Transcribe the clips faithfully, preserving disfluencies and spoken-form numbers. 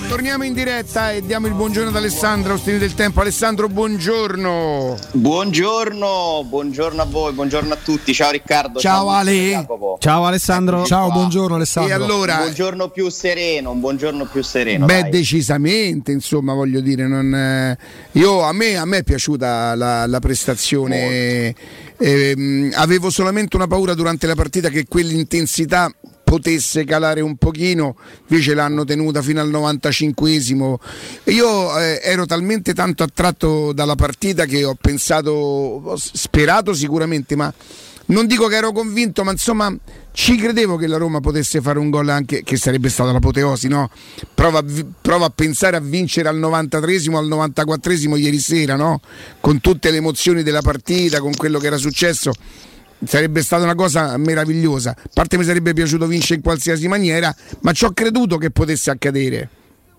Torniamo in diretta e diamo il buongiorno ad Alessandro, Ostini del Tempo. Alessandro, buongiorno. Buongiorno, buongiorno a voi, buongiorno a tutti. Ciao Riccardo. Ciao, ciao Ale. Jacopo. Ciao Alessandro. Eccoci ciao, qua. Buongiorno Alessandro. E allora, un buongiorno più sereno, un buongiorno più sereno. Beh, dai. decisamente, insomma, voglio dire, non, eh, io a me, a me è piaciuta la, la prestazione. Eh, avevo solamente una paura durante la partita che quell'intensità potesse calare un pochino, invece l'hanno tenuta fino al novantacinquesimo. Io eh, ero talmente tanto attratto dalla partita che ho pensato, ho sperato sicuramente, ma non dico che ero convinto, ma insomma ci credevo che la Roma potesse fare un gol, anche che sarebbe stata l'apoteosi, no? Prova, prova a pensare a vincere al novantatreesimo, al novantaquattresimo ieri sera, no? Con tutte le emozioni della partita, con quello che era successo. Sarebbe stata una cosa meravigliosa. A parte mi sarebbe piaciuto vincere in qualsiasi maniera, ma ci ho creduto che potesse accadere.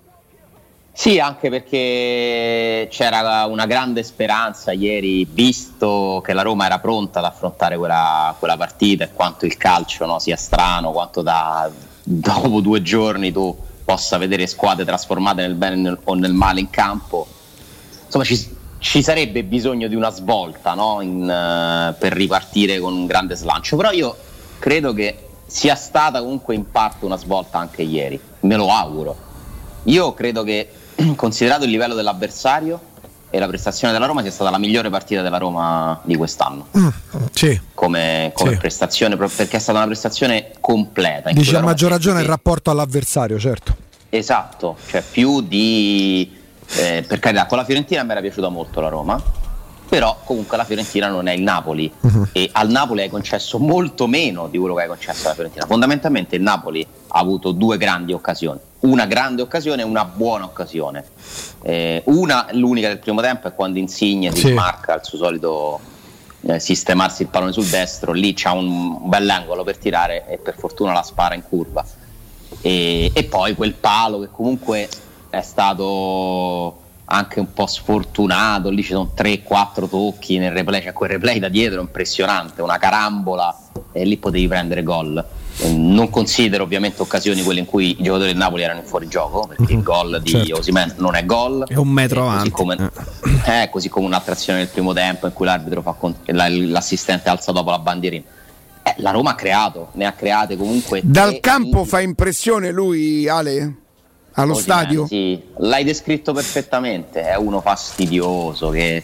Sì, anche perché c'era una grande speranza ieri, visto che la Roma era pronta ad affrontare quella, quella partita, e quanto il calcio, no, sia strano, quanto da, dopo due giorni tu possa vedere squadre trasformate nel bene o nel male in campo. Insomma, ci Ci sarebbe bisogno di una svolta, no? in, uh, per ripartire con un grande slancio, però io credo che sia stata comunque in parte una svolta anche ieri, me lo auguro. Io credo che, considerato il livello dell'avversario e la prestazione della Roma, sia stata la migliore partita della Roma di quest'anno. Mm, sì. come, come sì. prestazione, perché è stata una prestazione completa. Dice a maggior ragione il rapporto all'avversario, certo. Esatto, cioè più di... Eh, per carità, con la Fiorentina mi era piaciuta molto la Roma, però comunque la Fiorentina non è il Napoli, uh-huh. e al Napoli hai concesso molto meno di quello che hai concesso alla Fiorentina. Fondamentalmente il Napoli ha avuto due grandi occasioni, una grande occasione e una buona occasione. Eh, una, l'unica del primo tempo, è quando Insigne si sì. smarca al suo solito eh, sistemarsi il pallone sul destro, lì c'ha un bell'angolo per tirare e per fortuna la spara in curva. E, e poi quel palo che comunque è stato anche un po' sfortunato, lì ci sono tre quattro tocchi nel replay, c'è quel replay da dietro impressionante, una carambola, e lì potevi prendere gol. Non considero ovviamente occasioni quelle in cui i giocatori del Napoli erano in fuorigioco, perché mm-hmm. il gol di certo. Osimhen non è gol, è un metro così avanti come, eh, così come un'attrazione nel primo tempo in cui l'arbitro fa con, l'assistente alza dopo la bandierina. Eh, la Roma ha creato, ne ha create comunque. Dal campo fa impressione lui, Ale? Allo Osimhen, stadio? Sì, l'hai descritto perfettamente, è uno fastidioso che,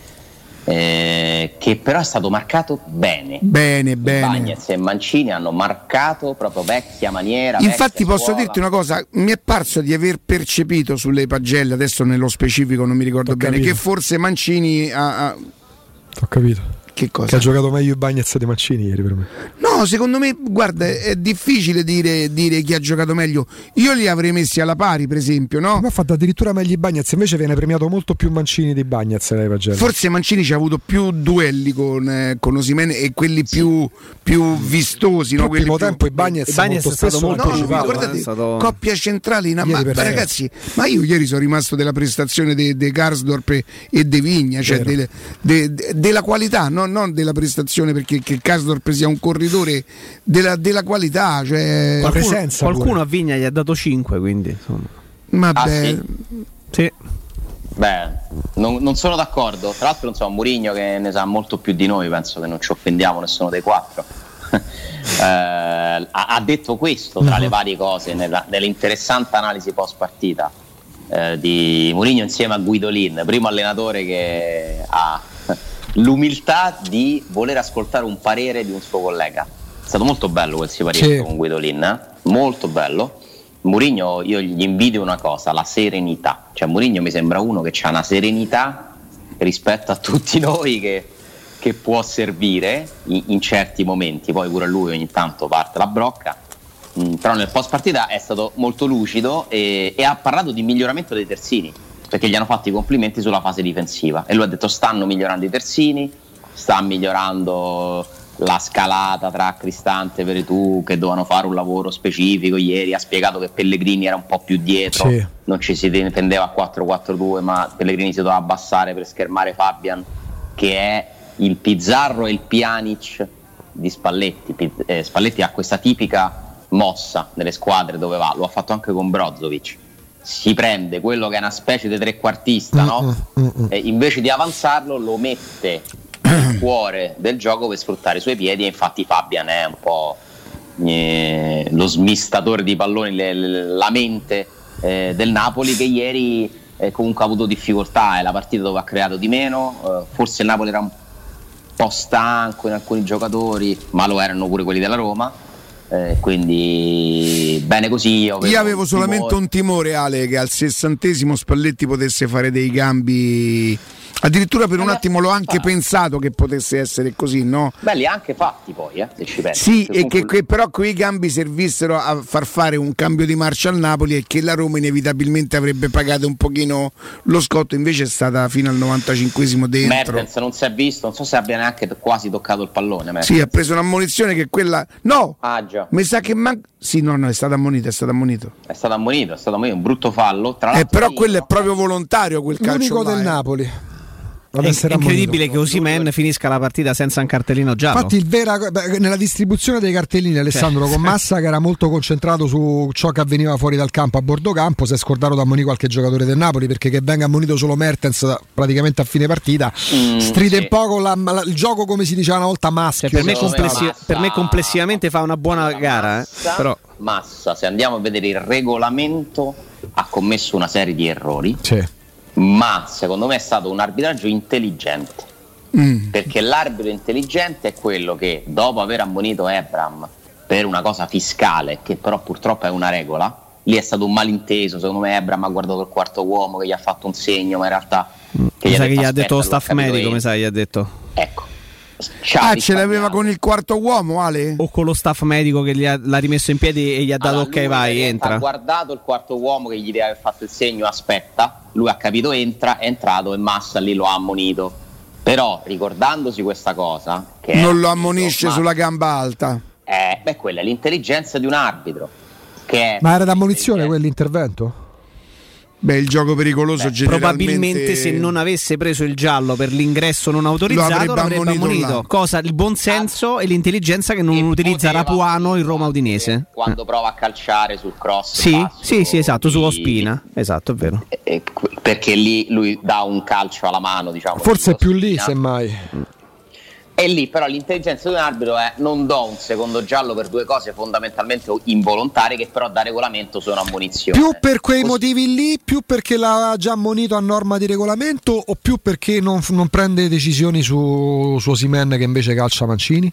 eh, che però è stato marcato bene. Bene, bene. Bagnez e Mancini hanno marcato proprio vecchia maniera. Infatti vecchia posso scuola. dirti una cosa, mi è parso di aver percepito sulle pagelle, adesso nello specifico non mi ricordo Ho bene, capito. che forse Mancini ha... ha... Ho capito. Che cosa? Che ha giocato meglio i Bagnez di Mancini ieri per me. No, secondo me, guarda, è difficile dire, dire chi ha giocato meglio. Io li avrei messi alla pari, per esempio, no? Ma ha fatto addirittura meglio i Bagnez, invece viene premiato molto più Mancini di Bagnez nei pagelle. Forse Mancini ci ha avuto più duelli con, eh, con Osimhen e quelli sì. più, più vistosi, no? Al primo più... tempo i Bagnez, I Bagnez molto è stato spesso molto no, guardate, è stato... coppia centrale in amma- ma ragazzi, ma io ieri sono rimasto della prestazione di de, de Karsdorp e, e De Vigna, cioè de, de, de, della qualità, no? Non della prestazione, perché che Karsdorp sia un corridore della, della qualità, cioè la qualcuno, presenza qualcuno pure. a Vigna gli ha dato cinque, quindi insomma. Ma Ah, beh, sì? Sì. Beh, non, non sono d'accordo. Tra l'altro, insomma, Mourinho che ne sa molto più di noi, penso che non ci offendiamo nessuno dei quattro. eh, ha, ha detto questo tra le varie cose nella, nell'interessante analisi post partita eh, di Mourinho insieme a Guidolin, primo allenatore che ha l'umiltà di voler ascoltare un parere di un suo collega. È stato molto bello quel siparietto sì. con Guidolin, eh? Molto bello. Mourinho, io gli invidio una cosa, la serenità. Cioè Mourinho mi sembra uno che ha una serenità rispetto a tutti noi che, che può servire in, in certi momenti. Poi pure a lui ogni tanto parte la brocca, mm, però nel post partita è stato molto lucido e, e ha parlato di miglioramento dei terzini, perché gli hanno fatto i complimenti sulla fase difensiva e lui ha detto stanno migliorando i terzini, sta migliorando la scalata tra Cristante e Veretout, che dovevano fare un lavoro specifico. Ieri ha spiegato che Pellegrini era un po' più dietro, sì. non ci si difendeva a quattro quattro due, ma Pellegrini si doveva abbassare per schermare Fabian, che è il Pizarro e il Pjanic di Spalletti. eh, Spalletti ha questa tipica mossa nelle squadre dove va, lo ha fatto anche con Brozovic, si prende quello che è una specie di trequartista, no? Mm, mm, mm. E invece di avanzarlo lo mette nel cuore del gioco per sfruttare i suoi piedi, e infatti Fabian è un po' eh, lo smistatore di palloni, le, le, la mente eh, del Napoli, che ieri eh, comunque ha avuto difficoltà, è la partita dove ha creato di meno, eh, forse il Napoli era un po' stanco in alcuni giocatori, ma lo erano pure quelli della Roma. Eh, quindi bene così. Io avevo, io avevo solamente timore. un timore, Ale, che al sessantesimo Spalletti potesse fare dei cambi. Addirittura per un attimo l'ho anche pensato che potesse essere così, no? Beh, li ha anche fatti poi, eh, se ci pensi. Sì, Perché e che, comunque... che però quei cambi servissero a far fare un cambio di marcia al Napoli, e che la Roma inevitabilmente avrebbe pagato un pochino lo scotto. Invece è stata fino al novantacinquesimo dentro. Mertens non si è visto, non so se abbia neanche quasi toccato il pallone. Mertens. Sì, ha preso un'ammonizione che quella... No! Ah già. Mi sa che manca... Sì, no, no, è stato ammonito, è stato ammonito. È stato ammonito, è stato ammonito, un brutto fallo. Tra Eh, l'altro però io, quello no? è proprio volontario, quel calcio L'unico là, del eh. Napoli. È, è incredibile che Osimhen finisca la partita senza un cartellino giallo. Infatti il vera, beh, nella distribuzione dei cartellini Alessandro, Cioè, con Massa che era molto concentrato su ciò che avveniva fuori dal campo, a bordo campo, si è scordato di ammonire qualche giocatore del Napoli, perché che venga ammonito solo Mertens praticamente a fine partita Mm, stride sì. un po' con la, la, il gioco, come si diceva una volta, maschio. Cioè, per, me Secondo me complessi- Massa- per me complessivamente fa una buona Allora, gara, eh. Massa, Però Massa, se andiamo a vedere il regolamento, ha commesso una serie di errori. Sì. Ma secondo me è stato un arbitraggio intelligente, Mm. perché l'arbitro intelligente è quello che, dopo aver ammonito Ebram per una cosa fiscale, che però purtroppo è una regola, lì è stato un malinteso. Secondo me Ebram ha guardato il quarto uomo che gli ha fatto un segno, ma in realtà che mi sa che gli ha "Aspetta, detto lo l'ho staff capito medico, io". mi sa gli ha detto. Ecco. Ah, ce l'aveva con il quarto uomo, Ale? O con lo staff medico che gli ha, l'ha rimesso in piedi e gli ha dato Allora, ok, lui vai, ha entra. guardato il quarto uomo che gli deve aver fatto il segno, aspetta, lui ha capito, entra, è entrato e Massa lì lo ha ammonito. Però ricordandosi questa cosa, che Non è- lo ammonisce ma- sulla gamba alta. Eh, beh, quella è l'intelligenza di un arbitro. Che è Ma era da ammonizione intelligente. quell'intervento? Beh, il gioco pericoloso Beh, generalmente... Probabilmente se non avesse preso il giallo per l'ingresso non autorizzato Lo lo avrebbe avrebbe ammonito ammonito. là. Cosa? Il buon senso e l'intelligenza che non E utilizza poteva Rapuano in Roma anche Udinese. quando prova a calciare sul cross Sì, basso sì, sì, esatto, su di- Ospina. Esatto, è vero. e- e- perché lì lui dà un calcio alla mano, diciamo, Forse di è più lì, Ospina. semmai. E lì però l'intelligenza di un arbitro è: non do un secondo giallo per due cose fondamentalmente involontarie, che però da regolamento sono ammonizioni. Più per quei Così- motivi lì, più perché l'ha già ammonito a norma di regolamento, o più perché non, non prende decisioni su, su Osimhen che invece calcia Mancini?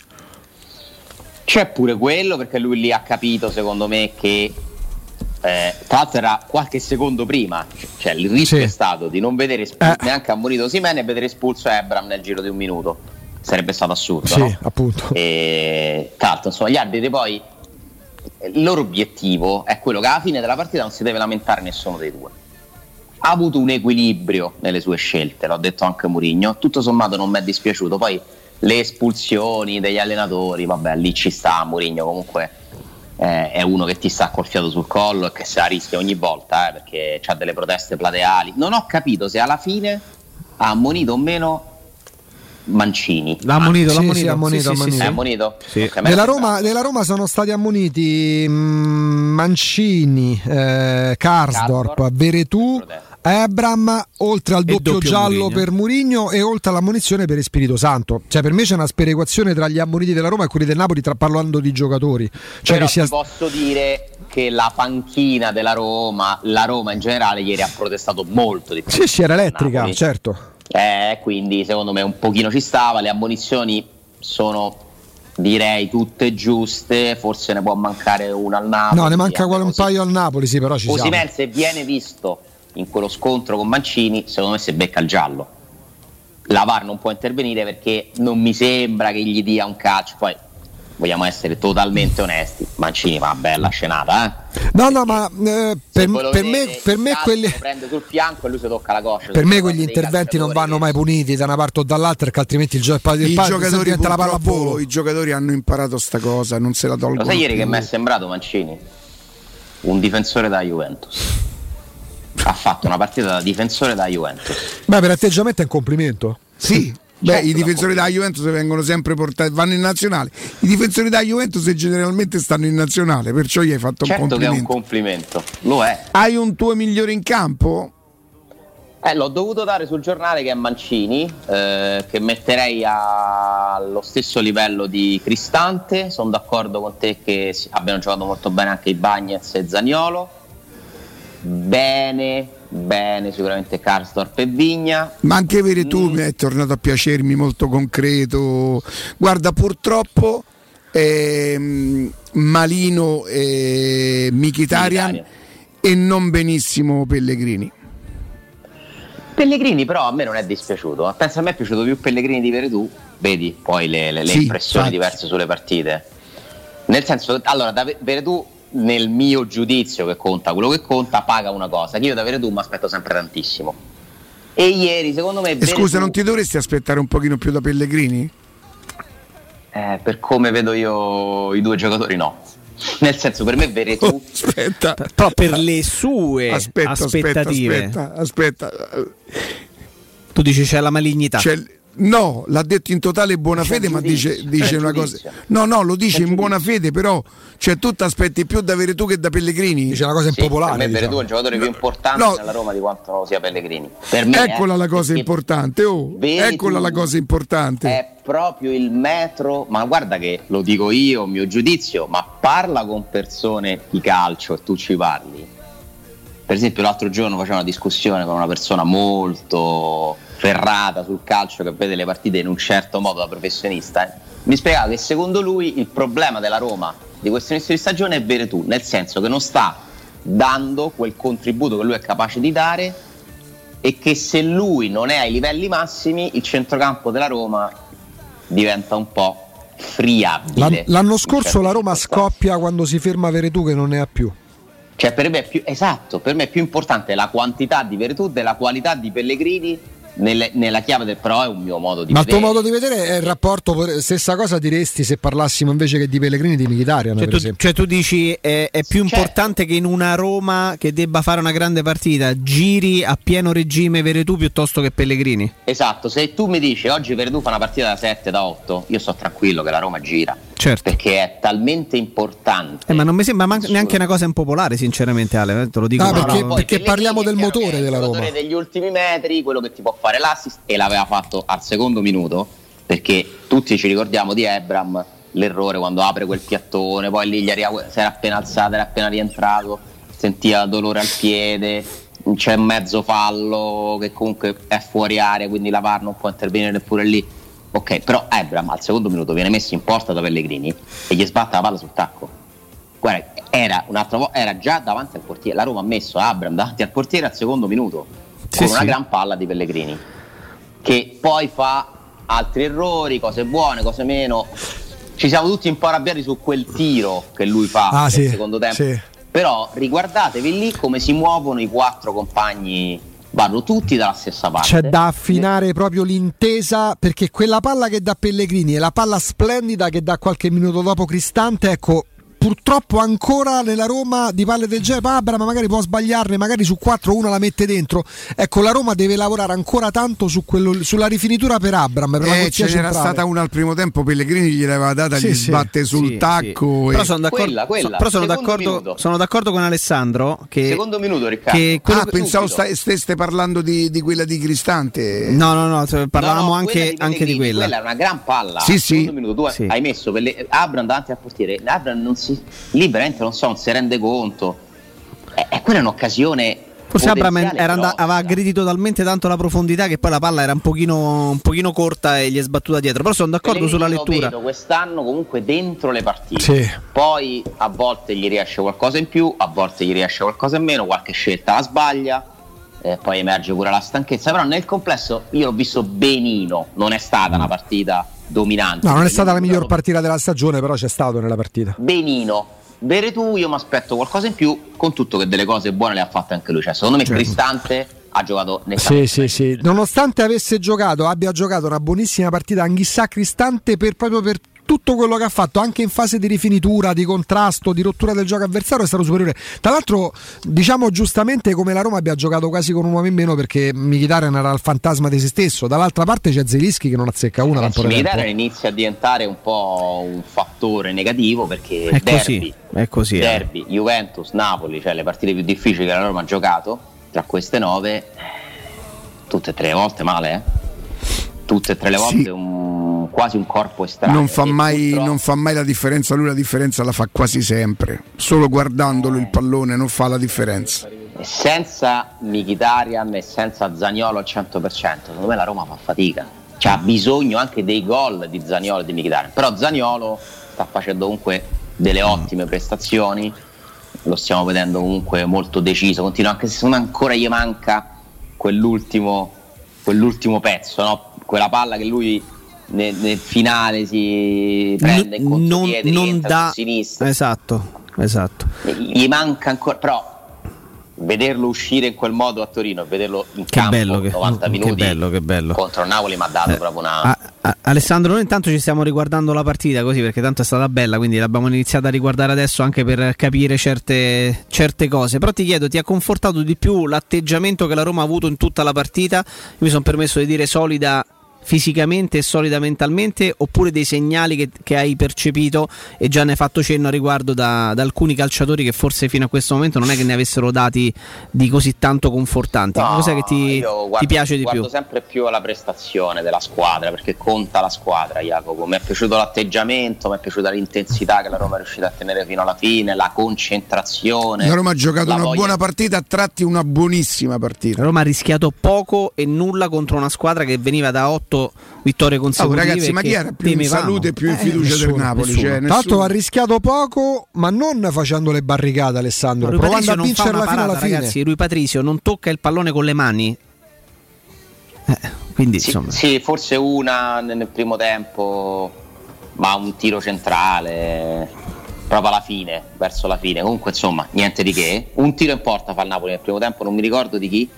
C'è pure quello, perché lui lì ha capito, secondo me, che eh, tra l'altro era qualche secondo prima, cioè il rischio Sì. è stato di non vedere espul- Eh. neanche ammonito Osimhen e vedere espulso Ebram nel giro di un minuto. Sarebbe stato assurdo, Sì, no? appunto. E, tra l'altro, insomma, gli arbitri poi, il loro obiettivo è quello che alla fine della partita non si deve lamentare nessuno dei due. Ha avuto un equilibrio nelle sue scelte, l'ho detto anche Mourinho, tutto sommato non mi è dispiaciuto. Poi le espulsioni degli allenatori, vabbè, lì ci sta. Mourinho comunque eh, è uno che ti sta col fiato sul collo e che se la rischia ogni volta, eh, perché c'ha delle proteste plateali. Non ho capito se alla fine ha ammonito o meno Mancini. L'ha ammonito, Sì, l'ha ammonito. sì, ammonito, Sì, sì, ammonito. sì, È sì. ammonito? Sì. Ok, me Nella l'ha Roma, sembrato. nella Roma sono stati ammoniti mh, Mancini, eh, Karsdorp, Karsdorp, Veretù, Protetto. Ebram, oltre al E doppio, doppio giallo Mourinho. per Mourinho e oltre all'ammonizione per Spirito Santo. Cioè, per me c'è una sperequazione tra gli ammoniti della Roma e quelli del Napoli, tra, parlando di giocatori. Cioè, Però che sia... ti posso dire che la panchina della Roma, la Roma in generale, ieri ha protestato molto di più. Sì, sì, era elettrica, Napoli. certo. Eh, quindi secondo me un pochino ci stava. Le ammonizioni sono, direi, tutte giuste. Forse ne può mancare una al Napoli. No, ne manca quale un Così. paio al Napoli, sì, però ci siamo. Osimhen, se viene visto in quello scontro con Mancini, secondo me si becca il giallo. La V A R non può intervenire perché non mi sembra che gli dia un calcio. Poi vogliamo essere totalmente onesti, Mancini fa una bella scenata, eh? No, no, ma eh, Se per, voi lo per vedete, me, per il me calcio quelli... lo prende sul fianco e lui si tocca la coscia. Per Sono me quegli dei interventi non vanno calciatori mai puniti da una parte o dall'altra, perché altrimenti il, gio- il, I il, giocatori, diventa la palla a purtroppo, volo. i giocatori hanno imparato sta cosa, non se la che- tolgono Lo sai ieri più. che mi è sembrato Mancini? Un difensore da Juventus. Ha fatto una partita da difensore da Juventus. Beh, per atteggiamento è un complimento. Sì, Beh, certo, i difensori della Juventus vengono sempre portati, vanno in nazionale. I difensori della Juventus generalmente stanno in nazionale, perciò gli hai fatto certo un complimento. Che è un complimento, lo è. Hai un tuo migliore in campo? Eh, l'ho dovuto dare sul giornale, che è Mancini, eh, che metterei a... allo stesso livello di Cristante. Sono d'accordo con te che abbiano giocato molto bene anche i Bagnez e Zaniolo. Bene, bene sicuramente Karsdorp e Vigna. Ma anche Veretù mm. mi è tornato a piacermi, molto concreto. Guarda, purtroppo ehm, Malino e Mkhitaryan, Mkhitaryan e non benissimo Pellegrini. Pellegrini però a me non è dispiaciuto. Penso, a me è piaciuto più Pellegrini di Veretù. Vedi poi le, le, le sì, impressioni infatti. diverse sulle partite. Nel senso, allora, da Veretù, nel mio giudizio, che conta quello che conta, paga una cosa che io da Veretù mi aspetto sempre tantissimo. E ieri secondo me E Veretù, scusa, non ti dovresti aspettare un pochino più da Pellegrini? Eh, per come vedo io i due giocatori, no. Nel senso, per me Veretù oh, aspetta, però per le sue aspetta, aspettative aspetta, aspetta, aspetta. Tu dici c'è la malignità. C'è, no, l'ha detto in totale buona c'è fede, ma giudizio, dice, dice una giudizio. cosa. No, no, lo dice C'è in buona fede, però cioè tu ti aspetti più da Veretù che da Pellegrini. Dice una cosa sì, impopolare. per me Veretù diciamo. è il giocatore più importante no. nella Roma di quanto non lo sia Pellegrini. Per me Eccola è, la cosa importante, oh, Veretù eccola la cosa importante. È proprio il metro, ma guarda che lo dico io, mio giudizio, ma parla con persone di calcio e tu ci parli. Per esempio l'altro giorno facevo una discussione con una persona molto ferrata sul calcio, che vede le partite in un certo modo da professionista, eh. Mi spiegava che secondo lui il problema della Roma di questo inizio di stagione è Veretù, nel senso che non sta dando quel contributo che lui è capace di dare, e che se lui non è ai livelli massimi il centrocampo della Roma diventa un po' friabile. L'anno scorso la Roma scoppia quando si ferma Veretù, che non ne ha più. Cioè per me è più esatto, per me è più importante la quantità di Veretù della qualità di Pellegrini nelle, nella chiave del, però è un mio modo di Ma vedere. il tuo modo di vedere è il rapporto, stessa cosa diresti se parlassimo invece che di Pellegrini di Mkhitaryan, cioè, per tu, esempio. cioè tu dici è, è più Certo. importante che in una Roma che debba fare una grande partita giri a pieno regime Veretù piuttosto che Pellegrini? Esatto, se tu mi dici oggi Veretù fa una partita da sette, da otto, io sto tranquillo che la Roma gira. Certo. Perché è talmente importante. Eh, ma non mi sembra man- neanche una cosa impopolare, sinceramente, Ale, te lo dico. Ah, no, perché, no. perché parliamo del motore è della il Roma. motore degli ultimi metri, quello che ti può fare l'assist, e l'aveva fatto al secondo minuto, perché tutti ci ricordiamo di Ebram, l'errore quando apre quel piattone, poi lì gli era, si era appena alzato, era appena rientrato, sentiva dolore al piede, c'è mezzo fallo che comunque è fuori area, quindi la V A R non può intervenire neppure lì. Ok, però Ebram al secondo minuto viene messo in porta da Pellegrini e gli sbatte la palla sul tacco. Guarda, era un'altra volta, era già davanti al portiere. La Roma ha messo Ebram davanti al portiere al secondo minuto, Sì, con sì. una gran palla di Pellegrini, che poi fa altri errori, cose buone, cose meno. Ci siamo tutti un po' arrabbiati su quel tiro che lui fa Ah, nel sì, secondo tempo. sì. Però riguardatevi lì come si muovono i quattro compagni, vanno tutti dalla stessa parte. C'è da affinare proprio l'intesa, perché quella palla che dà Pellegrini e la palla splendida che dà qualche minuto dopo Cristante, ecco, purtroppo ancora nella Roma di palle del genere, Abra, ma magari può sbagliarne, magari su quattro una la mette dentro. Ecco, la Roma deve lavorare ancora tanto su quello, sulla rifinitura per Abram. Per Eh, ce n'era stata una al primo tempo, Pellegrini gliel'aveva data, Sì, gli sì. sbatte sul Sì, tacco. sì. E... Però sono d'accordo, Quella, quella. so- però sono Secondo d'accordo, minuto. sono d'accordo con Alessandro che, Secondo minuto, Riccardo. che quello Ah, che- pensavo subito. sta- steste parlando di, di quella di Cristante. no no no cioè, parlavamo No, no, anche, quella anche di Pellegrini, quella. Quella è una gran palla. Sì, sì. Secondo minuto, tu Sì. hai messo Pelle- Abram davanti al portiere. Abram non si lì veramente non so, non si rende conto. E, e quella è un'occasione. Forse Abram potenziale era and- grossa. aveva aggredito talmente tanto la profondità che poi la palla era un pochino, un pochino corta e gli è sbattuta dietro. Però sono d'accordo Pellegrini sulla lo lettura. vedo quest'anno comunque dentro le partite. Sì. Poi a volte gli riesce qualcosa in più, a volte gli riesce qualcosa in meno, qualche scelta la sbaglia, eh, poi emerge pure la stanchezza. Però nel complesso io l'ho visto benino, non è stata una partita dominante. No, non è stata la Pellegrini, miglior però partita della stagione, però c'è stato nella partita. benino. Veretù io mi aspetto qualcosa in più, con tutto che delle cose buone le ha fatte anche lui. Cioè, secondo me Cristante ha giocato Sì, nettamente sì, sì. Nonostante avesse giocato, abbia giocato una buonissima partita, anch'issa Cristante, per, proprio per tutto quello che ha fatto anche in fase di rifinitura, di contrasto, di rottura del gioco avversario è stato superiore. Tra l'altro diciamo giustamente come la Roma abbia giocato quasi con un uomo in meno, perché Mkhitaryan era il fantasma di se stesso, dall'altra parte c'è Zelinski che non azzecca una. Mkhitaryan inizia a diventare un po' un fattore negativo, perché è derby, così, è così, derby eh. Juventus, Napoli, cioè le partite più difficili che la Roma ha giocato, tra queste nove tutte e tre le volte male, eh? tutte e tre le volte sì. un, quasi un corpo estraneo. Non fa, mai, non fa mai la differenza, lui la differenza la fa quasi sempre, solo guardandolo il pallone non fa la differenza. E senza Mkhitaryan e senza Zaniolo al cento per cento, secondo me la Roma fa fatica, cioè ha bisogno anche dei gol di Zaniolo e di Mkhitaryan, però Zaniolo sta facendo comunque delle ottime prestazioni, lo stiamo vedendo comunque molto deciso, continua, anche se secondo me ancora gli manca quell'ultimo, quell'ultimo pezzo, no? Quella palla che lui nel, nel finale si prende in contropiede, non, non dà su sinistra. Esatto, esatto. Gli manca ancora, però vederlo uscire in quel modo a Torino e vederlo in che campo bello, che, novanta minuti che bello, che bello. contro il Napoli mi ha dato eh, proprio una a, a, Alessandro, noi intanto ci stiamo riguardando la partita così, perché tanto è stata bella, quindi l'abbiamo iniziata a riguardare adesso anche per capire certe, certe cose. Però ti chiedo, ti ha confortato di più l'atteggiamento che la Roma ha avuto in tutta la partita? Io mi sono permesso di dire solida fisicamente e solida mentalmente, oppure dei segnali che, che hai percepito e già ne hai fatto cenno a riguardo da, da alcuni calciatori che forse fino a questo momento non è che ne avessero dati di così tanto confortanti? No, cos'è che ti, guardo, ti piace di guardo più? Guardo sempre più alla prestazione della squadra, perché conta la squadra, Jacopo. Mi è piaciuto l'atteggiamento, mi è piaciuta l'intensità che la Roma è riuscita a tenere fino alla fine, la concentrazione. La Roma ha giocato una voglia... buona partita, a tratti una buonissima partita. La Roma ha rischiato poco e nulla contro una squadra che veniva da otto vittorie consecutive. Oh, ragazzi, ma chi era più in salute e più in fiducia eh, del Napoli? Cioè, Tra l'altro ha rischiato poco, ma non facendo le barricate, Alessandro, Rui provando Patrizio a vincere la fine alla fine. Ragazzi, Rui Patrizio non tocca il pallone con le mani. Eh, quindi sì, insomma. Sì, forse una nel primo tempo, ma un tiro centrale proprio alla fine, verso la fine. Comunque insomma, niente di che. Un tiro in porta fa il Napoli nel primo tempo, non mi ricordo di chi,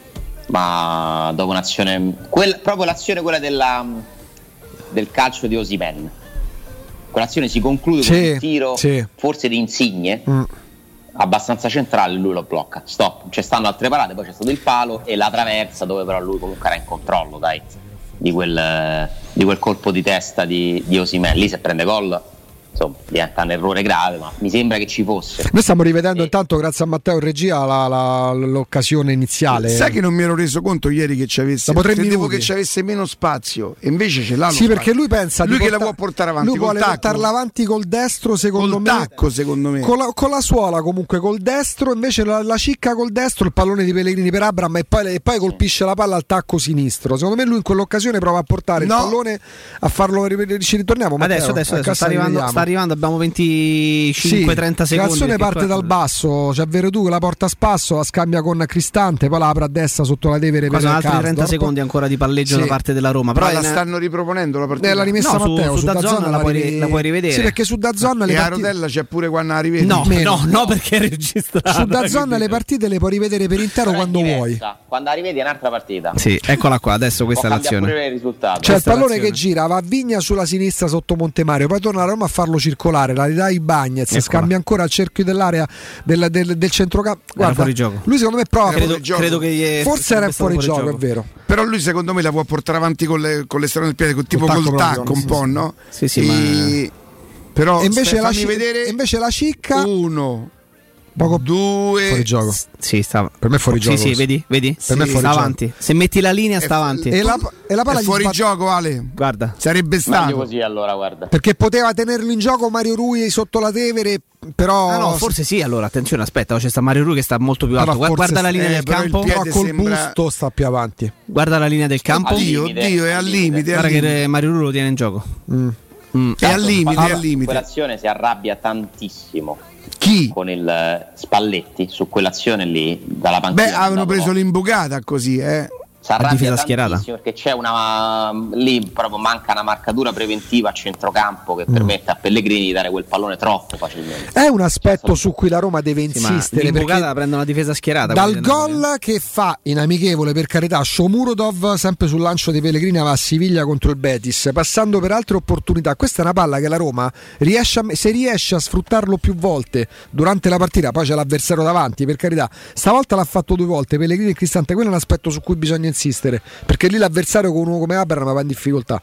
ma dopo un'azione quella, proprio l'azione quella della, del calcio di Osimhen, quell'azione si conclude sì, con un tiro sì. forse di Insigne mm. abbastanza centrale, lui lo blocca, stop, ci stanno altre parate, poi c'è stato il palo e la traversa dove però lui comunque era in controllo, dai, di quel, di quel colpo di testa di, di Osimhen. Lì se prende gol insomma diventa un errore grave, ma mi sembra che ci fosse. Noi stiamo rivedendo e... intanto, grazie a Matteo in regia, la, la, l'occasione iniziale. Sai che non mi ero reso conto ieri che ci avesse, credevo che ci avesse meno spazio e invece ce l'ha. Sì, perché lui pensa lui di che porta... la può portare avanti, lui vuole portarla avanti col destro, secondo col me tacco, secondo me con la, con la suola comunque col destro, invece la, la cicca col destro, il pallone di Pellegrini per Abraham e poi, e poi colpisce la palla al tacco sinistro. Secondo me lui in quell'occasione prova a portare no. il pallone, a farlo, ci ritorniamo Matteo, adesso adesso, adesso sta, arrivando, sta arrivando abbiamo venticinque trenta sì, secondi. L'azione parte qua... dal basso, c'è Veretù che la porta a spasso, la scambia con Cristante, poi la apre a destra sotto la Tevere per altri Karsdorp. trenta secondi ancora di palleggio sì. da parte della Roma. Però ma la in... stanno riproponendo la partita. Eh, l'ha rimessa no, Matteo su, su, su Dazzon la, puoi, rive... la puoi rivedere. Sì, perché su Dazzon e le a partite... Rodella c'è pure quando la rivedi. No, Meno. no, no, perché è registrato. Su Dazzon le partite le puoi rivedere per intero però quando vuoi. Quando la rivedi è un'altra partita. Sì, eccola qua, adesso questa è l'azione. Pure il risultato. C'è il pallone l'azione. che gira, va a Vigna sulla sinistra sotto Montemario, poi torna a Roma a farlo circolare, la ridà i Bagnez, eccola. Scambia ancora al cerchio dell'area del, del, del centrocampo. Guarda, fuori gioco. Lui secondo me prova credo, credo che forse era fuori, fuori gioco, gioco, è vero. Però lui secondo me la può portare avanti con, le, con l'esterno del piede, con tipo col tacco, tacco un sì, po', no? Sì, sì, e... ma... Però e invece, la ci... vedere... invece la cicca uno poco due fuori gioco. Sì, sta... per me è fuori sì, gioco. Sì, sì, vedi, vedi? Per me è fuori sta gioco. Avanti. Se metti la linea sta è... avanti. E la, e la palla è fuori sbatte... gioco, Ale. Guarda, sarebbe stato meglio così allora, guarda. Perché poteva tenerlo in gioco Mario Rui sotto la Tevere, però ah, no, forse sì, allora attenzione, aspetta, c'è sta Mario Rui che sta molto più alto. Guarda, guarda la linea eh, del campo. però col sembra... busto sta più avanti. Guarda la linea del campo. Dio, Dio, è al limite. Guarda che Mario Rui lo tiene in gioco. Mm. Mm. È al limite, è al limite. Quell'azione si arrabbia tantissimo. Chi? Con il Spalletti su quell'azione lì dalla panchina. Beh, avevano preso l'imbucata così, eh. si arrabbia tantissimo perché c'è una lì proprio manca una marcatura preventiva a centrocampo che mm. permette a Pellegrini di dare quel pallone troppo facilmente. È un aspetto su cui la Roma deve insistere, sì, perché la prende una difesa schierata dal gol che fa in amichevole, per carità, Shomurodov sempre sul lancio di Pellegrini va a Siviglia contro il Betis, passando per altre opportunità. Questa è una palla che la Roma riesce a, se riesce a sfruttarlo più volte durante la partita, poi c'è l'avversario davanti, per carità, stavolta l'ha fatto due volte Pellegrini e Cristante, quello è un aspetto su cui bisogna insistere, perché lì l'avversario con uno come Abraham va in difficoltà.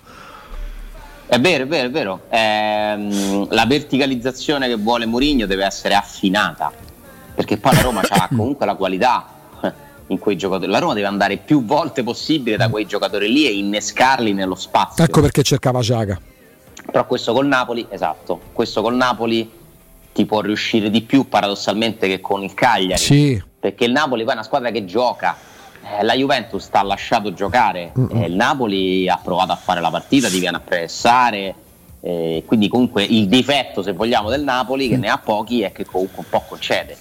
È vero, è vero, è vero. Ehm, la verticalizzazione che vuole Mourinho deve essere affinata, perché poi la Roma ha comunque la qualità in quei giocatori. La Roma deve andare più volte possibile da quei giocatori lì e innescarli nello spazio. Ecco perché cercava Xhaka. Però questo col Napoli, esatto, questo col Napoli ti può riuscire di più paradossalmente che con il Cagliari, sì. Perché il Napoli poi è una squadra che gioca. La Juventus sta lasciato giocare, eh, il Napoli ha provato a fare la partita, ti viene a pressare, eh, quindi comunque il difetto, se vogliamo, del Napoli, che ne ha pochi, è che comunque un po' concede.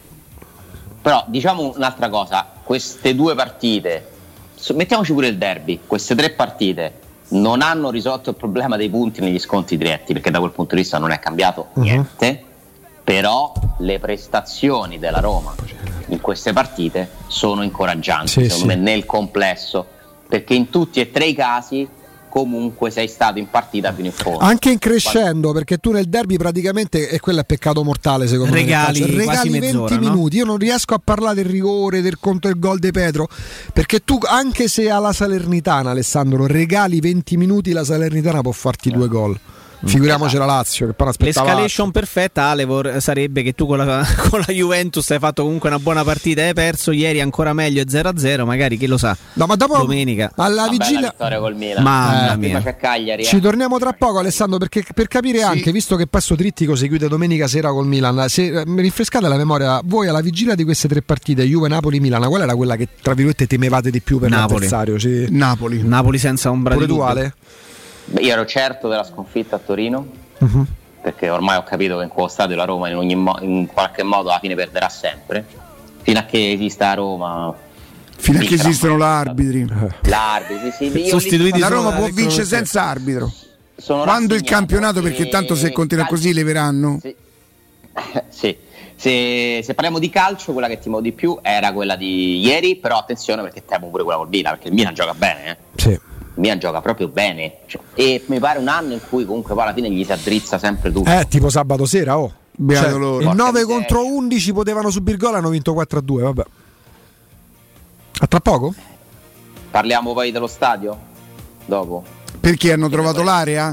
Però diciamo un'altra cosa, queste due partite, mettiamoci pure il derby, queste tre partite non hanno risolto il problema dei punti negli scontri diretti, perché da quel punto di vista non è cambiato uh-huh. niente, però le prestazioni della Roma in queste partite sono incoraggianti, sì, secondo sì. me, nel complesso, perché in tutti e tre i casi comunque sei stato in partita fino in fondo, anche in crescendo, perché tu nel derby praticamente, e quello è peccato mortale secondo regali, me, regali venti minuti, no? Io non riesco a parlare del rigore, del conto del gol di Pedro, perché tu anche se alla Salernitana, Alessandro, regali venti minuti, la Salernitana può farti no. due gol. Figuriamoci esatto. la Lazio che poi aspettava. L'escalation perfetta, Ale, sarebbe che tu con la, con la Juventus hai fatto comunque una buona partita e hai perso, ieri ancora meglio zero a zero, magari chi lo sa. No, ma dopo domenica alla una vigilia vittoria col Milan. Mamma eh, mia. C'è Cagliari, ci eh. torniamo tra poco, Alessandro, perché per capire sì. anche, visto che Passo Trittico si chiude domenica sera col Milan, se mi rinfrescate la memoria, voi alla vigilia di queste tre partite, Juve, Napoli, Milan, qual era quella che tra virgolette temevate di più per Napoli. l'avversario? Sì. Napoli. Napoli senza ombra Pure di dubbio. Ale? Beh, io ero certo della sconfitta a Torino. Uh-huh. Perché ormai ho capito che in quello stadio la Roma in, ogni mo- in qualche modo alla fine perderà sempre, fino a che esista la Roma, fino a che esistono l'arbitri l'arbitro sì, sì, sostituiti la Roma può vincere senza arbitro sono quando il campionato, perché tanto se continua così leveranno sì. sì. Se, se parliamo di calcio, quella che timo di più era quella di ieri, però attenzione perché temo pure quella col Milan, perché il Milan gioca bene, eh. Sì. Milan gioca proprio bene, cioè, e mi pare un anno in cui comunque poi alla fine gli si addrizza sempre tutto. Eh, tipo sabato sera, oh. Cioè, loro. Il nove contro undici potevano subire gol, hanno vinto quattro a due, vabbè. A tra poco? Parliamo poi dello stadio? Dopo. Perché hanno trovato l'area?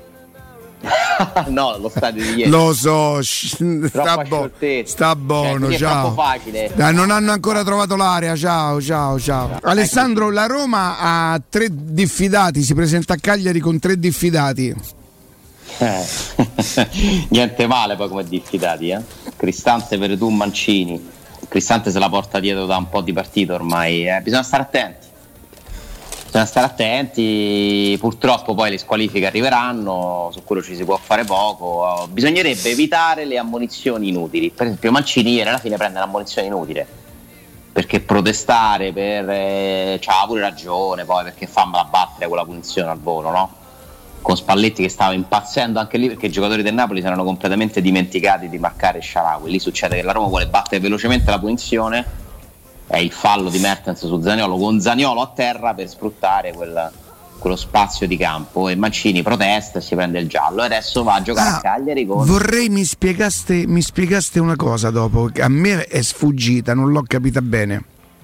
No, lo stadio di ieri. Lo so, sta, bo- sta buono, cioè, ciao. È troppo facile. Dai, non hanno ancora trovato l'area, ciao, ciao, ciao. ciao. Alessandro, la Roma ha tre diffidati, si presenta a Cagliari con tre diffidati. Eh. Niente male poi come diffidati, eh. Cristante, Veretù, Mancini. Cristante se la porta dietro da un po' di partito ormai, eh. Bisogna stare attenti. Bisogna stare attenti, purtroppo poi le squalifiche arriveranno, su quello ci si può fare poco. Bisognerebbe evitare le ammonizioni inutili. Per esempio Mancini ieri alla fine prende un'ammonizione inutile, perché protestare per eh, c'ha pure ragione poi, perché fammela battere quella punizione al volo, no? Con Spalletti che stava impazzendo anche lì, perché i giocatori del Napoli si erano completamente dimenticati di marcare Shaarawy. Lì succede che la Roma vuole battere velocemente la punizione, è il fallo di Mertens su Zaniolo, con Zaniolo a terra per sfruttare quel, quello spazio di campo, e Mancini protesta e si prende il giallo e adesso va a giocare ah, a Cagliari con... Vorrei mi spiegaste, mi spiegaste una cosa dopo, che a me è sfuggita, non l'ho capita bene.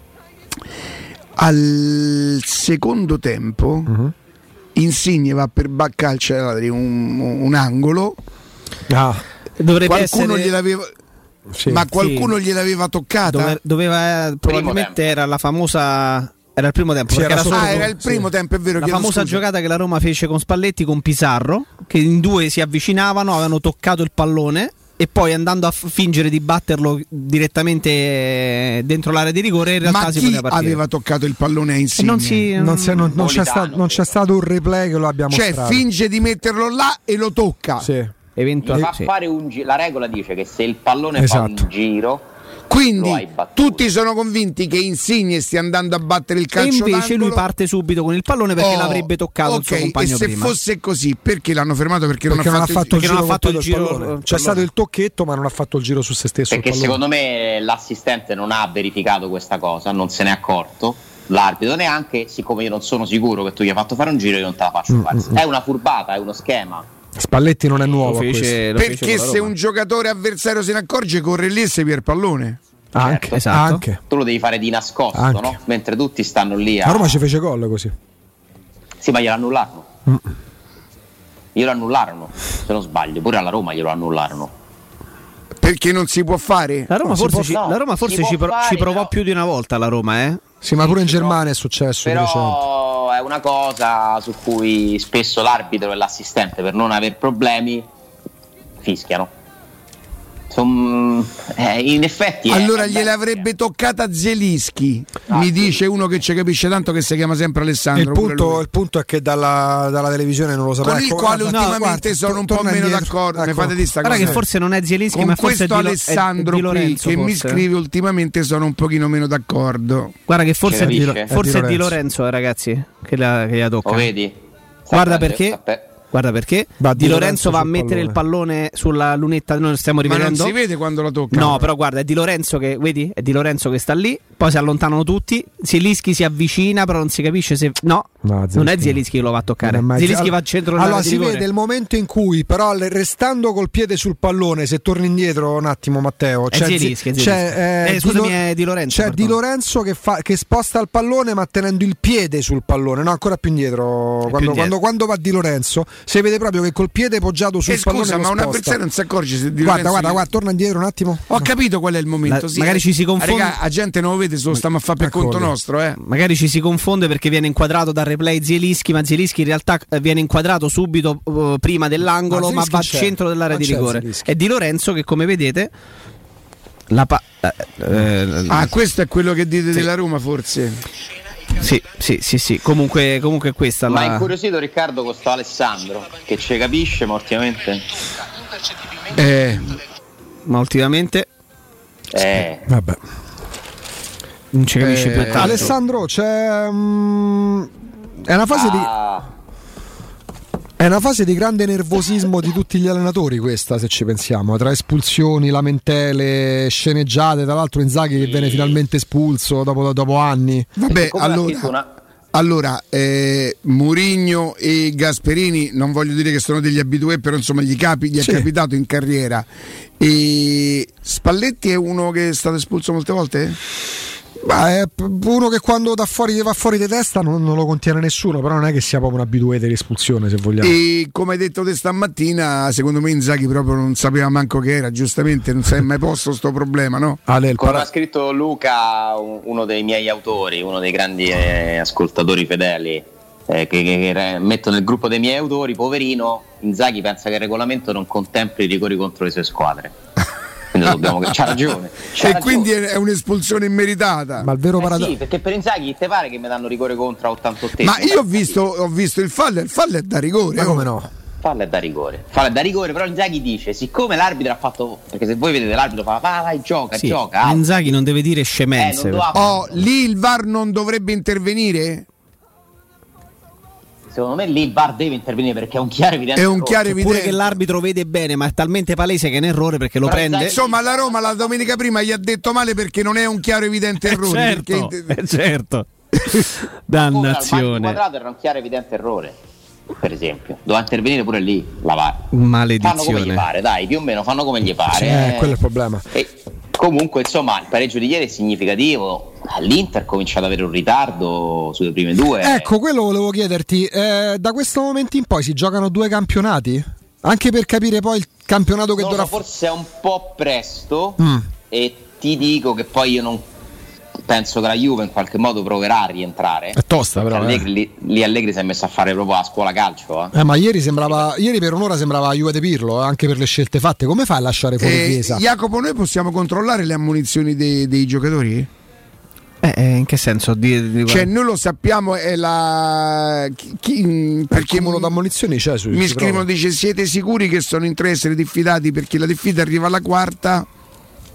Al secondo tempo uh-huh. Insigne va per calciare un, un angolo, ah, dovrebbe qualcuno essere... gliel'aveva... Sì, ma qualcuno sì. gliel'aveva toccata? Dove, doveva, probabilmente era la famosa. Era il primo tempo. Sì, era, era, solo, ah, era il primo sì. tempo, è vero. La famosa scusa. giocata che la Roma fece con Spalletti con Pizarro, che in due si avvicinavano, avevano toccato il pallone e poi andando a fingere di batterlo direttamente dentro l'area di rigore, in realtà ma si chi poteva partire. Aveva toccato il pallone a Insigne? Non, si, non, si, non, non, c'è stato, non c'è stato un replay che lo abbia cioè, mostrato. Cioè finge di metterlo là e lo tocca. Sì. Eventualmente fa fare un gi- la regola dice che se il pallone esatto. fa un giro Quindi tutti sono convinti che Insigne stia andando a battere il calcio e invece d'angolo. lui parte subito con il pallone perché oh, l'avrebbe toccato okay, il suo compagno e se prima. fosse così perché l'hanno fermato? Perché, perché non, non ha ha fatto, fatto il giro, non ha fatto il giro pallone. pallone. C'è stato il tocchetto ma non ha fatto il giro su se stesso. Perché secondo me l'assistente non ha verificato questa cosa, non se n'è accorto, l'arbitro neanche, siccome io non sono sicuro che tu gli hai fatto fare un giro, io non te la faccio mm, fare. Mm. È una furbata, è uno schema. Spalletti non è nuovo fece, perché se un giocatore avversario se ne accorge corre lì e si pia il pallone. Anche, certo. Esatto. Anche. Tu lo devi fare di nascosto, anche. No? Mentre tutti stanno lì a... La Roma ci fece gol così. Sì, ma glielo annullarono. Mm. Glielo annullarono, se non sbaglio, pure alla Roma glielo annullarono. Perché non si può fare? La Roma no, forse, può, ci, no, la Roma forse ci, pro, fare, ci provò però... più di una volta la Roma, eh? Sì, ma pure in Germania è successo. Però è una cosa su cui spesso l'arbitro e l'assistente, per non aver problemi, fischiano. Som, eh, in effetti allora è, è gliel'avrebbe toccata Zielinski, ah, mi sì. dice uno che ci capisce tanto, che si chiama sempre Alessandro. Il punto, il punto è che dalla, dalla televisione non lo sapeva. Con il quale ultimamente no, guarda, sono un po' meno d'accordo. Ecco. Mi fate di sta Guarda cosa. che forse non è Zielinski, con ma forse questo è di, Alessandro è di Lorenzo, qui, che forse. mi scrive ultimamente sono un pochino meno d'accordo. Guarda che forse, è di, forse è di è di Lorenzo, eh, ragazzi, che la, che la tocca. Lo vedi? Guarda perché. Guarda perché va, Di Lorenzo, Lorenzo va a mettere pallone. il pallone sulla lunetta. Noi lo stiamo rivedendo. Ma non si vede quando la tocca. No, però guarda, è Di Lorenzo che vedi? È Di Lorenzo che sta lì. Poi si allontanano tutti. Zielinski si avvicina, però non si capisce se. No, no non è Zielinski che lo va a toccare. Zielinski va al centro della allora si rigore. vede il momento in cui, però, restando col piede sul pallone, se torni indietro un attimo, Matteo, è c'è, Zielinski, è c'è, eh, eh, scusami, Di, è Di Lorenzo. C'è pardon. Di Lorenzo che, fa, che sposta il pallone, ma tenendo il piede sul pallone, no, ancora più indietro. Quando, più quando, quando va Di Lorenzo, si vede proprio che col piede poggiato sul e pallone. Scusa, ma sposta. un avversario non si accorge se Di guarda, Lorenzo guarda, guarda, torna indietro un attimo. Ho no. capito qual è il momento. La, sì, magari ci si confonde. Raga, la gente non lo vede, se lo stiamo a fare per ecco conto lì. nostro, eh. Magari ci si confonde perché viene inquadrato dal replay Zielinski, ma Zielinski in realtà viene inquadrato subito uh, prima dell'angolo, ma, ma va al centro dell'area di rigore. È Di Lorenzo che, come vedete, la pa- eh, eh, ah, questo è quello che dite sì. della Roma, forse. Sì, sì, sì, sì. Comunque, comunque questa ma la... è incuriosito Riccardo con sto Alessandro che ci capisce, ma ultimamente eh. ma ultimamente eh. vabbè, non ci capisce eh, più tanto. Alessandro, c'è um, è una fase ah. di è una fase di grande nervosismo di tutti gli allenatori questa, se ci pensiamo, tra espulsioni, lamentele, sceneggiate, tra l'altro Inzaghi che viene finalmente espulso dopo, dopo anni. Vabbè, allora, una... allora eh, Mourinho e Gasperini, non voglio dire che sono degli abitué, però insomma gli, capi, gli sì. è capitato in carriera. E Spalletti è uno che è stato espulso molte volte? Ma è uno che quando da fuori va fuori di testa non, non lo contiene nessuno, però non è che sia proprio un abitué dell'espulsione, se vogliamo. E come hai detto te stamattina, secondo me Inzaghi proprio non sapeva manco che era, giustamente non si è mai posto sto problema, no? Ale, Come para- ha scritto Luca, uno dei miei autori, uno dei grandi eh, ascoltatori fedeli, eh, che, che, che metto nel gruppo dei miei autori, poverino, Inzaghi pensa che il regolamento non contempli i rigori contro le sue squadre. Quindi dobbiamo che c'ha ragione. C'ha e ragione. quindi è un'espulsione immeritata. Ma il vero eh paradosso. sì, perché per Inzaghi te pare che mi danno rigore contro a ottantotto? Ma io ho visto, ho visto il fallo, il fallo è da rigore. Ma come no? Fallo è da rigore. Fallo è da rigore, però Inzaghi dice, siccome l'arbitro ha fatto, perché se voi vedete l'arbitro fa vai, vai gioca, sì, gioca. Ah. Inzaghi non deve dire scemenze. Eh, non oh, lì il V A R non dovrebbe intervenire? Secondo me lì il V A R deve intervenire perché è un chiaro evidente è un errore. chiaro Pure evidente che l'arbitro vede bene, ma è talmente palese che è un errore perché lo Però prende. insomma la Roma la domenica prima gli ha detto male perché non è un chiaro evidente Eh, errore, certo, perché... eh, certo. Come Dannazione. al quadrato era un chiaro evidente errore, per esempio doveva intervenire pure lì la V A R. Maledizione. Fanno come gli pare, dai, più o meno fanno come gli pare. Sì, eh. quello è il problema. E comunque insomma il pareggio di ieri è significativo. L'Inter comincia ad avere un ritardo sulle prime due. Ecco, quello volevo chiederti, eh, da questo momento in poi si giocano due campionati? Anche per capire poi il campionato che non dovrà so, forse è un po' presto mm. e ti dico che poi io non penso che la Juve in qualche modo proverà a rientrare. È tosta però, Allegri, eh. lì, lì Allegri si è messo a fare proprio la scuola calcio, eh. Eh, ma ieri sembrava, ieri per un'ora sembrava la Juve de Pirlo, eh, anche per le scelte fatte. Come fai a lasciare fuori eh, Chiesa? Jacopo, noi possiamo controllare le ammonizioni dei, dei giocatori? Eh, eh, in che senso? Di, di Cioè noi lo sappiamo, è la chi, chi, perché il cumulo d'ammonizioni c'è su, mi si scrivono, prova. dice siete sicuri che sono in tre essere diffidati perché la diffida arriva alla quarta?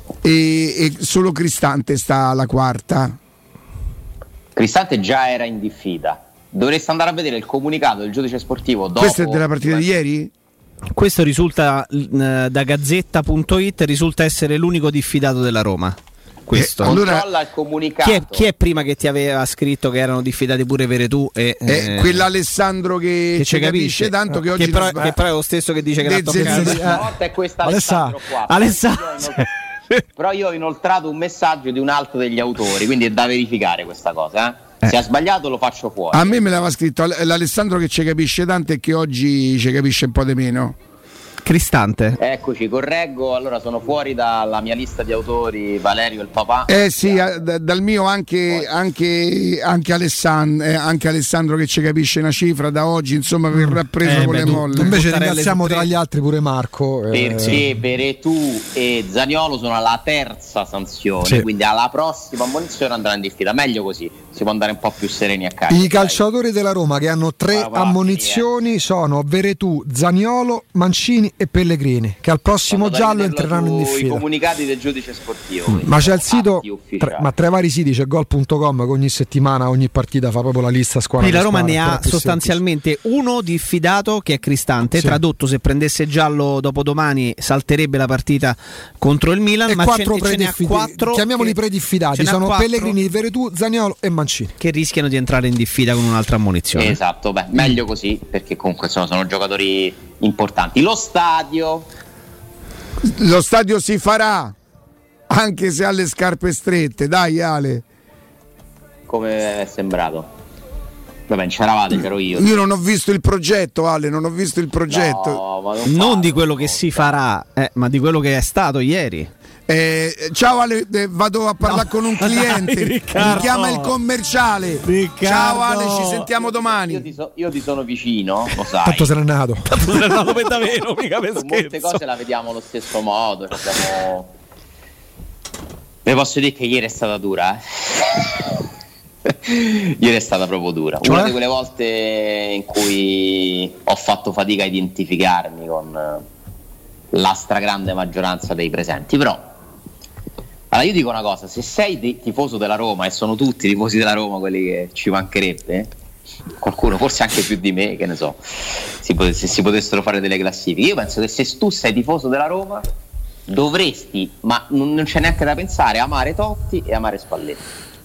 e, e solo Cristante sta alla quarta. Cristante già era in diffida. Dovreste andare a vedere il comunicato del giudice sportivo dopo. Questo è della partita di ieri? Questo risulta uh, da Gazzetta punto it, risulta essere l'unico diffidato della Roma. Questo. Eh, allora, controlla il comunicato. Chi è, chi è prima che ti aveva scritto che erano diffidati pure Veretù? E, eh, eh, quell'Alessandro che, che ci capisce tanto che, che oggi però, che però è lo stesso che dice che l'ha toccato. La volta è questa Alessandro qua. Alessandro. Però io ho inoltrato un messaggio di un altro degli autori, quindi è da verificare questa cosa, eh? Eh. Se ha sbagliato lo faccio fuori. A me me l'aveva scritto l'Alessandro che ci capisce tanto e che oggi ci capisce un po' di meno. Cristante. Eccoci, correggo, allora sono fuori dalla mia lista di autori Valerio il papà. Eh sì, da, dal mio anche, anche, anche, Alessandro, eh, anche Alessandro che ci capisce una cifra da oggi, insomma verrà preso eh, con beh, le tu, molle. Invece ringraziamo tra gli altri pure Marco. Perché eh. Veretù e Zaniolo sono alla terza sanzione, sì. Quindi alla prossima ammonizione andrà in diffida. Meglio così, si può andare un po' più sereni a casa. I calciatori della Roma che hanno tre ah, ammonizioni eh. sono Veretù, Zaniolo, Mancini e Pellegrini, che al prossimo giallo entreranno in diffida. I comunicati del giudice sportivo. Mm. Ma c'è il sito, tra, ma tra i vari siti c'è gol punto com che ogni settimana, ogni partita fa proprio la lista squadra. Quindi la Roma squadra, ne ha sostanzialmente semplice. Uno diffidato che è Cristante, sì. Tradotto, se prendesse giallo dopodomani salterebbe la partita contro il Milan, e ma quattro ce, ce ne ha quattro chiamiamoli che, prediffidati, sono Pellegrini, Veretù, Zaniolo e Mancini, che rischiano di entrare in diffida con un'altra ammonizione. Esatto, beh, meglio così, perché comunque sono, sono giocatori importanti. Lo stadio Lo stadio si farà, anche se ha le scarpe strette, dai Ale. Come è sembrato? Vabbè, non c'eravate, c'ero io. Io non ho visto il progetto, Ale, non ho visto il progetto. No, ma non, non fa, di quello non che si farà, eh, ma di quello che è stato ieri. Eh, ciao Ale, eh, vado a parlare no, con un cliente. Dai, mi chiama il commerciale. Riccardo. Ciao Ale, ci sentiamo domani. Io ti, so, io ti sono vicino, lo sai. Tanto se n'è nato. Tanto se n'è nato per davvero, mica per scherzo. Molte cose la vediamo allo stesso modo. Abbiamo... Vi posso dire che ieri è stata dura, eh? Ieri è stata proprio dura. Cioè? Una di quelle volte in cui ho fatto fatica a identificarmi con la stragrande maggioranza dei presenti, però allora io dico una cosa: se sei di, tifoso della Roma, e sono tutti tifosi della Roma quelli che ci mancherebbe, qualcuno forse anche più di me, che ne so, si potesse, se si potessero fare delle classifiche, io penso che se tu sei tifoso della Roma dovresti, ma non, non c'è neanche da pensare, amare Totti e amare Spalletti.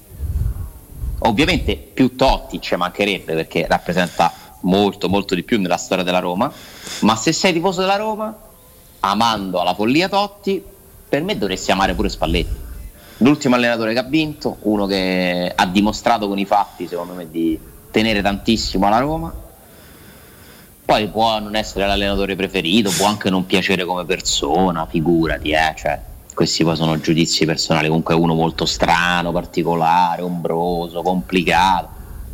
Ovviamente più Totti ci mancherebbe, perché rappresenta molto molto di più nella storia della Roma, ma se sei tifoso della Roma, amando alla follia Totti, per me dovresti amare pure Spalletti, l'ultimo allenatore che ha vinto, uno che ha dimostrato con i fatti, secondo me, di tenere tantissimo alla Roma. Poi può non essere l'allenatore preferito, può anche non piacere come persona, figurati, eh, cioè questi poi sono giudizi personali. Comunque è uno molto strano, particolare, ombroso, complicato,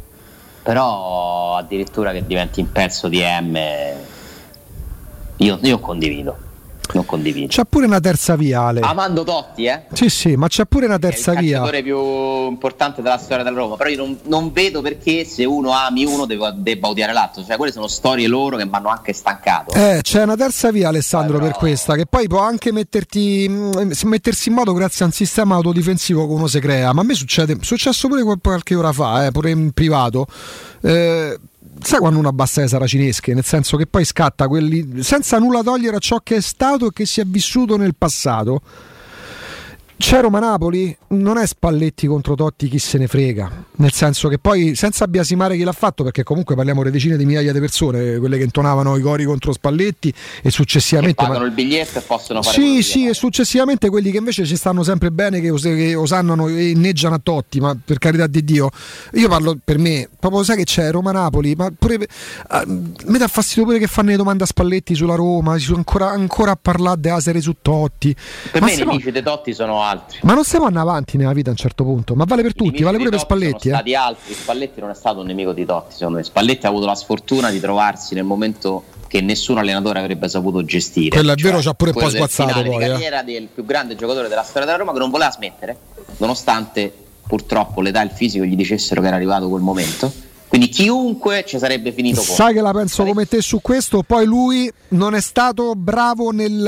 però addirittura che diventi un pezzo di M, io, io condivido. Non condivido. C'è pure una terza via, Ale. Amando Totti, eh? Sì, sì, ma c'è pure una terza via. È il calciatore più importante della storia della Roma. Però io non, non vedo perché se uno ami uno debba, debba odiare l'altro. Cioè, quelle sono storie loro che mi hanno anche stancato. Eh, c'è una terza via, Alessandro, eh, però... per questa, che poi può anche metterti mettersi in moto grazie a un sistema autodifensivo che uno si crea. Ma a me succede, è successo pure qualche ora fa, eh, pure in privato. Eh, sai quando uno abbassa le saracinesche, nel senso che poi scatta quelli senza nulla togliere a ciò che è stato e che si è vissuto nel passato. C'è Roma-Napoli, non è Spalletti contro Totti, chi se ne frega, nel senso che poi, senza biasimare chi l'ha fatto, perché comunque parliamo di decine di migliaia di persone, quelle che intonavano i cori contro Spalletti e successivamente che pagano ma... il biglietto e possono fare sì sì e successivamente quelli che invece ci stanno sempre bene, che, os- che osannano e inneggiano a Totti, ma per carità di Dio, io parlo per me, proprio sai che c'è Roma-Napoli, ma pure uh, mi dà fastidio pure che fanno le domande a Spalletti sulla Roma, si ancora, ancora a parlare della serie su Totti. Per ma me i nemici di Totti sono altri. Ma non stiamo andando avanti nella vita a un certo punto, ma vale per tutti, vale pure per Spalletti. Sono stati eh. altri. Spalletti non è stato un nemico di Totti, secondo me. Spalletti ha avuto la sfortuna di trovarsi nel momento che nessun allenatore avrebbe saputo gestire. Quello è cioè, vero, ci ha pure un po' sguazzato poi. La Eh. carriera del più grande giocatore della storia della Roma, che non voleva smettere, nonostante purtroppo l'età e il fisico gli dicessero che era arrivato quel momento. Quindi chiunque ci sarebbe finito. Sai che la penso come te su questo, poi lui non è stato bravo nel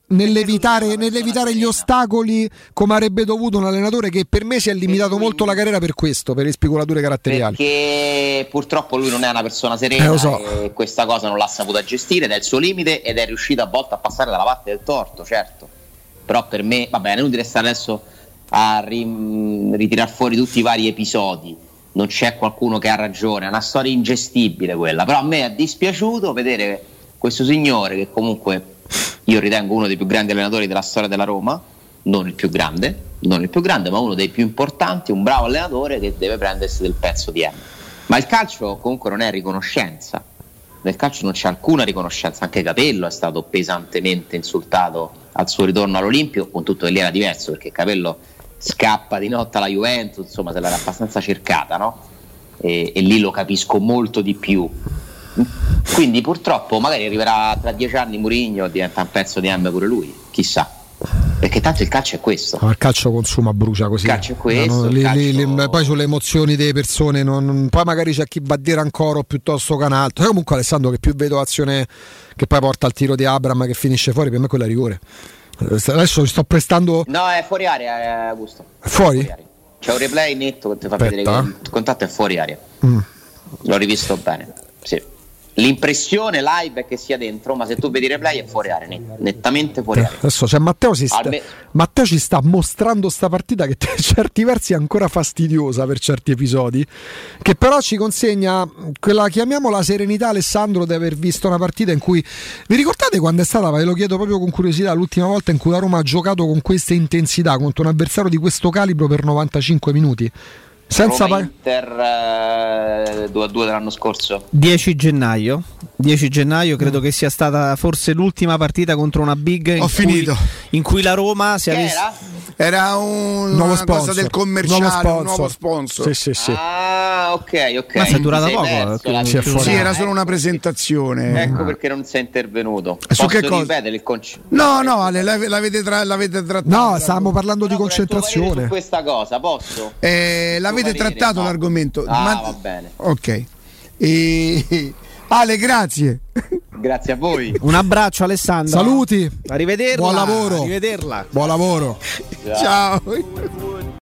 nell'evitare, nell'evitare gli ostacoli come avrebbe dovuto un allenatore che per me si è limitato molto la carriera per questo, per le spigolature caratteriali. Perché purtroppo lui non è una persona serena, eh, lo so. E questa cosa non l'ha saputa gestire ed è il suo limite ed è riuscito a volte a passare dalla parte del torto, certo. Però per me, va bene, è inutile stare adesso a ri- ritirare fuori tutti i vari episodi. Non c'è qualcuno che ha ragione, è una storia ingestibile quella. Però a me è dispiaciuto vedere questo signore che comunque io ritengo uno dei più grandi allenatori della storia della Roma, non il più grande, non il più grande, ma uno dei più importanti, un bravo allenatore che deve prendersi del pezzo di M. Ma il calcio comunque non è riconoscenza, nel calcio non c'è alcuna riconoscenza, anche Capello è stato pesantemente insultato al suo ritorno all'Olimpio, con tutto che lì era diverso, perché Capello scappa di notte alla Juventus, insomma se l'era abbastanza cercata, no? E, e lì lo capisco molto di più. Quindi purtroppo magari arriverà tra dieci anni Mourinho e diventa un pezzo di M pure lui, chissà, perché tanto il calcio è questo. No, il calcio consuma, brucia così. Il calcio è questo, no, no, il li, calcio... Li, li, poi sulle emozioni delle persone non, poi magari c'è chi va a dire ancora piuttosto che un altro. Comunque Alessandro, che più vedo azione che poi porta al tiro di Abraham che finisce fuori, per me quella è rigore. Adesso sto prestando. No, è fuori aria, Augusto. È fuori? È fuori aria. C'è un replay netto che ti fa Aspetta. vedere che il contatto è fuori aria. Mm. L'ho rivisto bene. Sì. L'impressione live è che sia dentro, ma se tu vedi il replay è fuori aria, net- nettamente fuori aria. Adesso cioè, Matteo, si sta, Alme- Matteo ci sta mostrando sta partita che per certi versi è ancora fastidiosa per certi episodi, che però ci consegna quella, chiamiamola serenità, Alessandro, di aver visto una partita in cui, vi ricordate quando è stata, ve lo chiedo proprio con curiosità, l'ultima volta in cui la Roma ha giocato con questa intensità contro un avversario di questo calibro per novantacinque minuti? Senza Roma pa- Inter eh, due a due dell'anno scorso, dieci gennaio dieci gennaio credo mm. che sia stata forse l'ultima partita contro una big in, Ho cui, finito. in cui la Roma si avesse... era? Era un, nuovo una sponsor. cosa del commerciale, nuovo sponsor. un nuovo sponsor. Sì, sì, sì. Ah, ok, ok. Ma è durata Ti sei poco, perso la sì, è fuori. Sì, era eh. solo una presentazione. Ecco perché non sei intervenuto. E su Posso che cosa? ripetere il concetto? No, no, Ale, l'ave- l'avete, tra- l'avete trattato. No, stavamo parlando di No, vorrei il tuo parere concentrazione. su questa cosa, posso? Eh, l'avete parere, trattato no. l'argomento. Ah, Ma- va bene. Ok. E... Ale, grazie. Grazie a voi. Un abbraccio Alessandro. Saluti. Arrivederla. Buon lavoro. Arrivederla. Buon lavoro. Ciao.